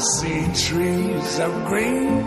see trees of green,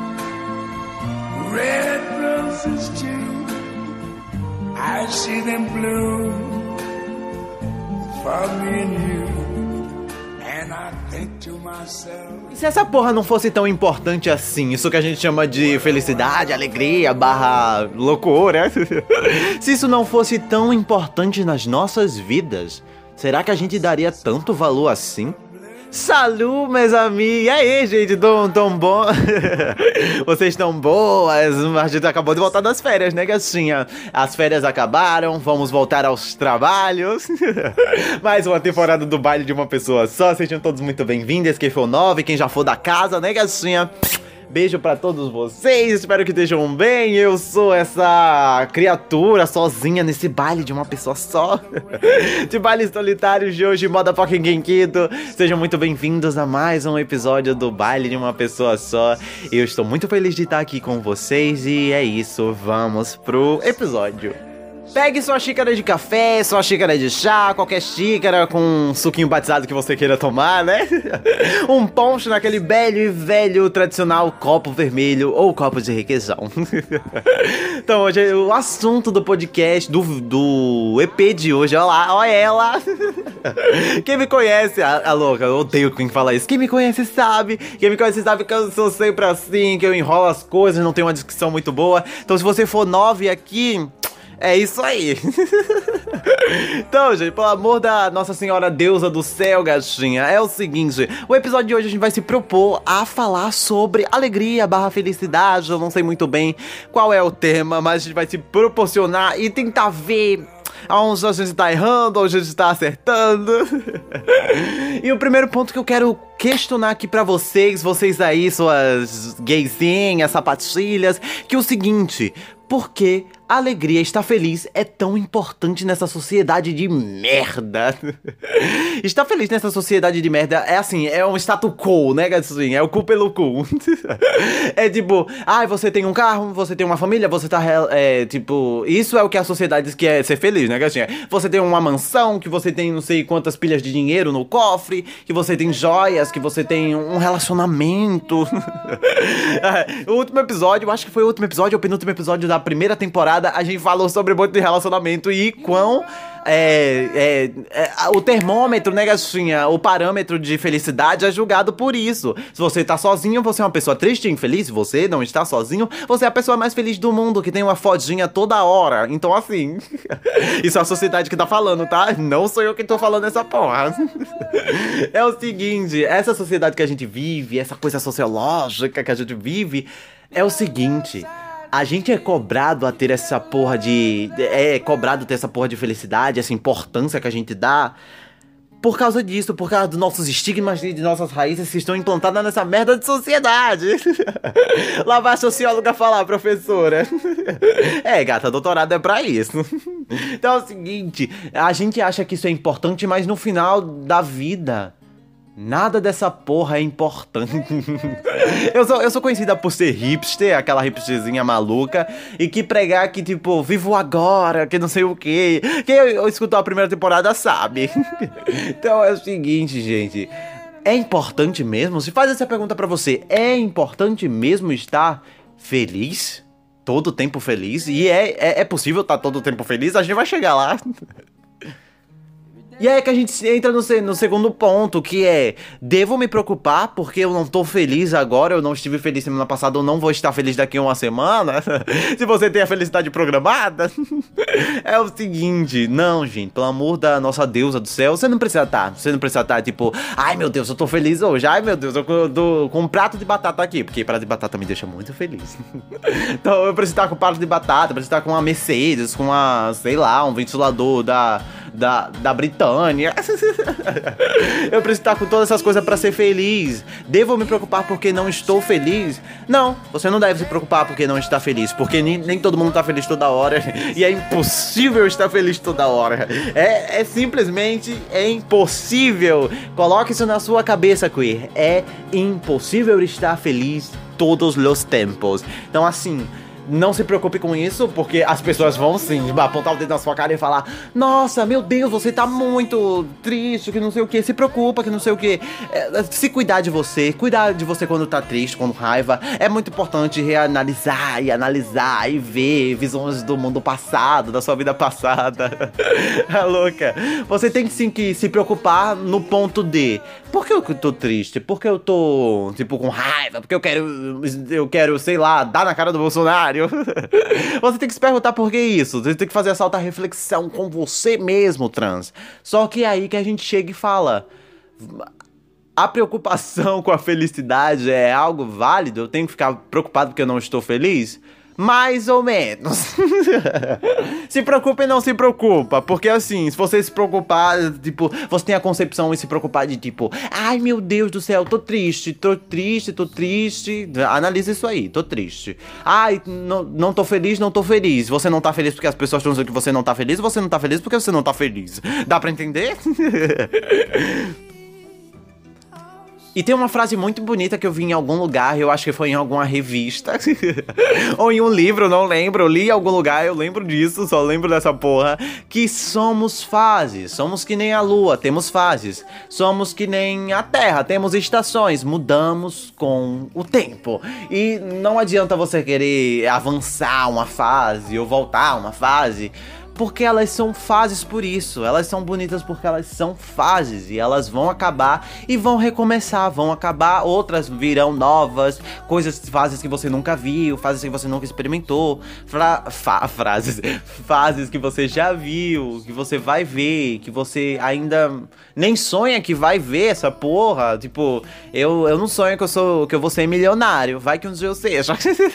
red roses too. I see them blue for me and you, and I think to myself. E se essa porra não fosse tão importante assim, isso que a gente chama de felicidade, alegria, barra loucura, se isso não fosse tão importante nas nossas vidas, será que a gente daria tanto valor assim? Salut, meus amigos! E aí, gente, tão bom? Vocês estão boas? A gente acabou de voltar das férias, né, gatinha? As férias acabaram, vamos voltar aos trabalhos. Mais uma temporada do Baile de uma Pessoa Só. Sejam todos muito bem-vindos, quem for novo e quem já for da casa, né, gatinha? Beijo pra todos vocês, espero que estejam bem. Eu sou essa criatura sozinha nesse baile de uma pessoa só. De baile solitário de hoje, motherfucking Genkido. Sejam muito bem-vindos a mais um episódio do Baile de uma Pessoa Só. Eu estou muito feliz de estar aqui com vocês e é isso, vamos pro episódio. Pegue sua xícara de café, sua xícara de chá, qualquer xícara com um suquinho batizado que você queira tomar, né? Um ponche naquele belo e velho tradicional copo vermelho ou copo de requeijão. Então hoje o assunto do podcast, do EP de hoje, olha lá, olha ela. Quem me conhece, a louca, eu odeio quem fala isso. Quem me conhece sabe que eu sou sempre assim, que eu enrolo as coisas, não tenho uma descrição muito boa. Então se você for 9 aqui... é isso aí. Então, gente, pelo amor da Nossa Senhora Deusa do Céu, gatinha, é o seguinte, o episódio de hoje a gente vai se propor a falar sobre alegria barra felicidade. Eu não sei muito bem qual é o tema, mas a gente vai se proporcionar e tentar ver aonde a gente tá errando, onde a gente tá acertando. E o primeiro ponto que eu quero questionar aqui pra vocês aí, suas gaysinhas, sapatilhas, que é o seguinte: por que a alegria, estar feliz é tão importante nessa sociedade de merda? Estar feliz nessa sociedade de merda é assim, é um status quo, né, gatinha? É o cu pelo cu. É tipo, você tem um carro, você tem uma família, você tá, tipo, isso é o que a sociedade quer ser feliz, né, gatinha? Você tem uma mansão, que você tem não sei quantas pilhas de dinheiro no cofre, que você tem joias, que você tem um relacionamento. O último episódio, eu acho que foi o último episódio, o penúltimo episódio da primeira temporada, a gente falou sobre muito de relacionamento e quão o termômetro, né, gatinha, o parâmetro de felicidade é julgado por isso. Se você tá sozinho, você é uma pessoa triste e infeliz. Se você não está sozinho, você é a pessoa mais feliz do mundo, que tem uma fodinha toda hora. Então, assim, isso é a sociedade que tá falando, tá? Não sou eu que tô falando essa porra. É o seguinte, essa sociedade que a gente vive, essa coisa sociológica que a gente vive, é o seguinte: a gente é cobrado a ter essa porra de... é cobrado ter essa porra de felicidade, essa importância que a gente dá, por causa disso, por causa dos nossos estigmas e de nossas raízes que estão implantadas nessa merda de sociedade. Lá vai a socióloga falar, professora. Gata, doutorado é pra isso. Então é o seguinte, a gente acha que isso é importante, mas no final da vida, nada dessa porra é importante. Eu sou conhecida por ser hipster, aquela hipsterzinha maluca, e que pregar que, tipo, vivo agora, que não sei o quê. Quem escutou a primeira temporada sabe. Então é o seguinte, gente, é importante mesmo? Se faz essa pergunta pra você, é importante mesmo estar feliz? Todo o tempo feliz? E é possível estar todo o tempo feliz? A gente vai chegar lá. E aí que a gente entra no segundo ponto, que é: devo me preocupar porque eu não tô feliz agora, eu não estive feliz semana passada, eu não vou estar feliz daqui a uma semana? Se você tem a felicidade programada? É o seguinte, não, gente, pelo amor da nossa deusa do céu, você não precisa estar tipo, ai meu Deus, eu tô feliz hoje, ai meu Deus, eu tô com um prato de batata aqui, porque prato de batata me deixa muito feliz. Então eu preciso estar com um prato de batata, preciso estar com uma Mercedes, com uma, sei lá, um ventilador da Britânia. Eu preciso estar com todas essas coisas pra ser feliz. Devo me preocupar porque não estou feliz? Não, você não deve se preocupar porque não está feliz, porque nem todo mundo tá feliz toda hora. E é impossível estar feliz toda hora. É simplesmente impossível. Coloque isso na sua cabeça, queer. É impossível estar feliz todos os tempos. Então, assim, Não se preocupe com isso, porque as pessoas vão sim apontar o dedo na sua cara e falar: nossa, meu Deus, você tá muito triste, que não sei o que, se preocupa, que não sei o que. Se cuidar de você quando tá triste, com raiva. É muito importante reanalisar e analisar e ver visões do mundo passado, da sua vida passada. É louca. Você tem sim que se preocupar no ponto de: por que eu tô triste? Por que eu tô, tipo, com raiva? Porque eu quero, sei lá, dar na cara do Bolsonaro? Você tem que se perguntar por que isso. Você tem que fazer essa auto-reflexão com você mesmo, trans. Só que é aí que a gente chega e fala: a preocupação com a felicidade é algo válido? Eu tenho que ficar preocupado porque eu não estou feliz? Mais ou menos. Se preocupa e não se preocupa. Porque assim, se você se preocupar, tipo, você tem a concepção e se preocupar de tipo: ai meu Deus do céu, tô triste. Analisa isso aí, tô triste. Ai, não tô feliz. Você não tá feliz porque as pessoas estão dizendo que você não tá feliz. Você não tá feliz porque você não tá feliz. Dá pra entender? E tem uma frase muito bonita que eu vi em algum lugar, eu acho que foi em alguma revista, ou em um livro, não lembro, eu li em algum lugar, eu lembro disso, só lembro dessa porra, que somos fases, somos que nem a lua, temos fases, somos que nem a terra, temos estações, mudamos com o tempo, e não adianta você querer avançar uma fase ou voltar uma fase, porque elas são fases por isso, elas são bonitas porque elas são fases, e elas vão acabar e vão recomeçar, vão acabar, outras virão novas, fases que você nunca viu, fases que você nunca experimentou, fases que você já viu, que você vai ver, que você ainda nem sonha que vai ver essa porra, tipo, eu não sonho que eu vou ser milionário, vai que um dia eu seja.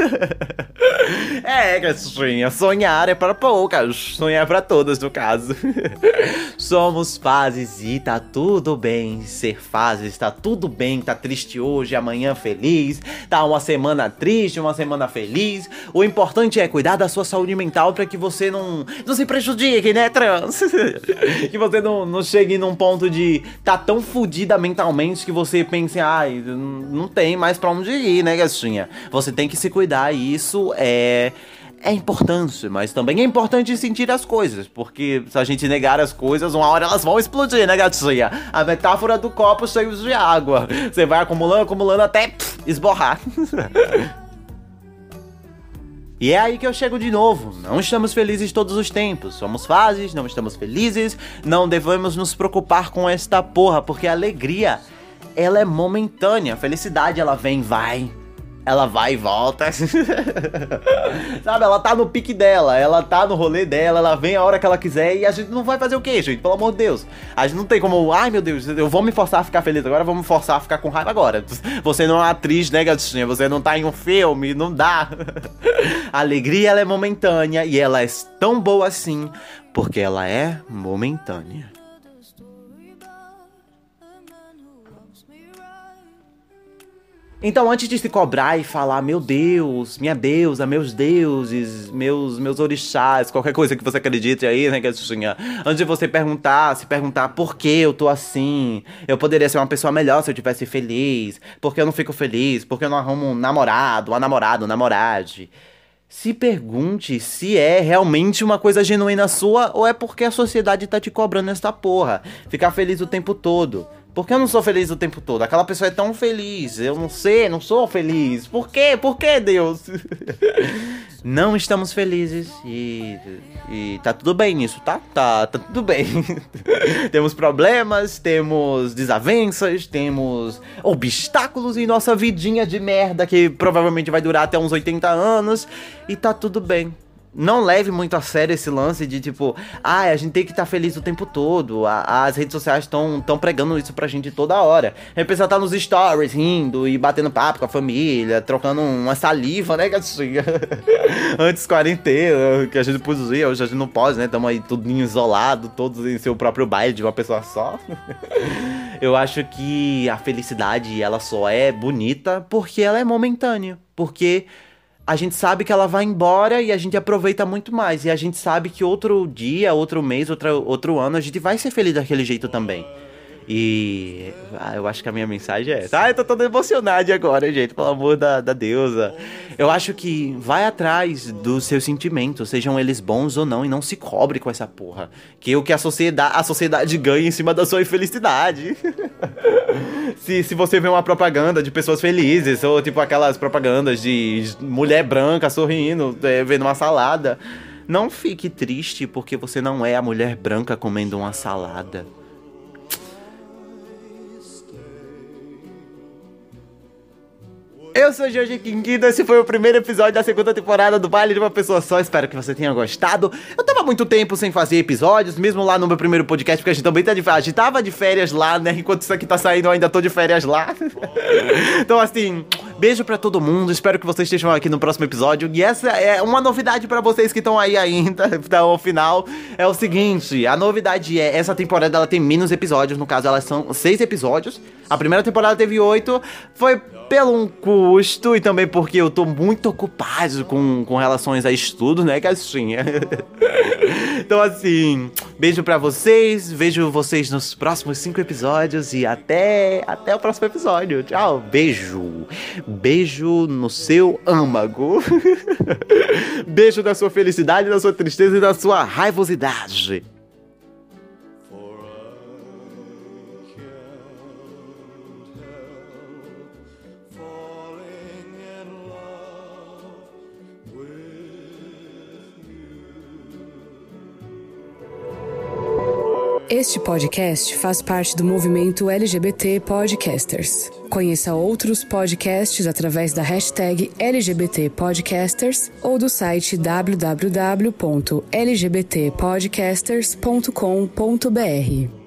Gatinha, sonhar é para poucas, sonhar é pra todas, no caso. Somos fases e tá tudo bem ser fases, tá tudo bem, tá triste hoje, amanhã feliz, tá uma semana triste, uma semana feliz. O importante é cuidar da sua saúde mental pra que você não se prejudique, né, trans? Que você não chegue num ponto de tá tão fodida mentalmente que você pense: ai, não tem mais pra onde ir, né, gatinha? Você tem que se cuidar, e isso é importante, mas também é importante sentir as coisas, porque se a gente negar as coisas, uma hora elas vão explodir, né, gatinha? A metáfora do copo cheio de água. Você vai acumulando até esborrar. E é aí que eu chego de novo. Não estamos felizes todos os tempos. Somos fases, não estamos felizes. Não devemos nos preocupar com esta porra, porque a alegria, ela é momentânea. A felicidade, ela vem e vai. Ela vai e volta. Sabe, ela tá no pique dela, ela tá no rolê dela, ela vem a hora que ela quiser, e a gente não vai fazer o quê, gente? Pelo amor de Deus. A gente não tem como: ai meu Deus, eu vou me forçar a ficar feliz agora, vou me forçar a ficar com raiva agora. Você não é uma atriz, né, gatinha? Você não tá em um filme, não dá. A alegria, ela é momentânea, e ela é tão boa assim porque ela é momentânea. Então, antes de se cobrar e falar: meu Deus, minha deusa, meus deuses, meus orixás, qualquer coisa que você acredite aí, né, gatinha? Antes de você se perguntar por que eu tô assim, eu poderia ser uma pessoa melhor se eu tivesse feliz, por que eu não fico feliz, por que eu não arrumo um namorado, um namorade. Se pergunte se é realmente uma coisa genuína sua ou é porque a sociedade tá te cobrando essa porra. Ficar feliz o tempo todo. Por que eu não sou feliz o tempo todo? Aquela pessoa é tão feliz. Eu não sei, não sou feliz. Por quê? Por que, Deus? Não estamos felizes e tá tudo bem nisso, tá? Tá tudo bem. Temos problemas, temos desavenças, temos obstáculos em nossa vidinha de merda que provavelmente vai durar até uns 80 anos e tá tudo bem. Não leve muito a sério esse lance de tipo: a gente tem que estar feliz o tempo todo. As redes sociais estão pregando isso pra gente toda hora. A pessoa tá nos stories rindo e batendo papo com a família, trocando uma saliva, né, gatinha? Antes quarentena, que a gente podia, hoje a gente não pode, né? Tamo aí tudinho isolado, todos em seu próprio baile de uma pessoa só. Eu acho que a felicidade, ela só é bonita porque ela é momentânea. Porque a gente sabe que ela vai embora e a gente aproveita muito mais. E a gente sabe que outro dia, outro mês, outro ano, a gente vai ser feliz daquele jeito também. E eu acho que a minha mensagem é essa. Eu tô todo emocionado agora, gente, pelo amor da deusa. Eu acho que vai atrás dos seus sentimentos, sejam eles bons ou não, e não se cobre com essa porra. Que o que a sociedade ganha em cima da sua infelicidade. Se você vê uma propaganda de pessoas felizes, ou tipo aquelas propagandas de mulher branca sorrindo, vendo uma salada, não fique triste porque você não é a mulher branca comendo uma salada. Eu sou Jorge Quinguido, esse foi o primeiro episódio da segunda temporada do Baile de uma Pessoa Só. Espero que você tenha gostado. Eu tava muito tempo sem fazer episódios, mesmo lá no meu primeiro podcast, porque a gente também a gente tava de férias lá, né? Enquanto isso aqui tá saindo, eu ainda tô de férias lá. Então assim, beijo pra todo mundo, espero que vocês estejam aqui no próximo episódio. E essa é uma novidade pra vocês que estão aí ainda, então ao final, é o seguinte, a novidade é, essa temporada ela tem menos episódios, no caso elas são 6 episódios. A primeira temporada teve 8, foi pelo um custo e também porque eu tô muito ocupado com relações a estudo, né, gatinha? Então assim, beijo pra vocês, vejo vocês nos próximos 5 episódios e até o próximo episódio. Tchau, beijo. Beijo no seu âmago. Beijo da sua felicidade, da sua tristeza e da sua raivosidade. Este podcast faz parte do movimento LGBT Podcasters. Conheça outros podcasts através da hashtag LGBT Podcasters ou do site www.lgbtpodcasters.com.br.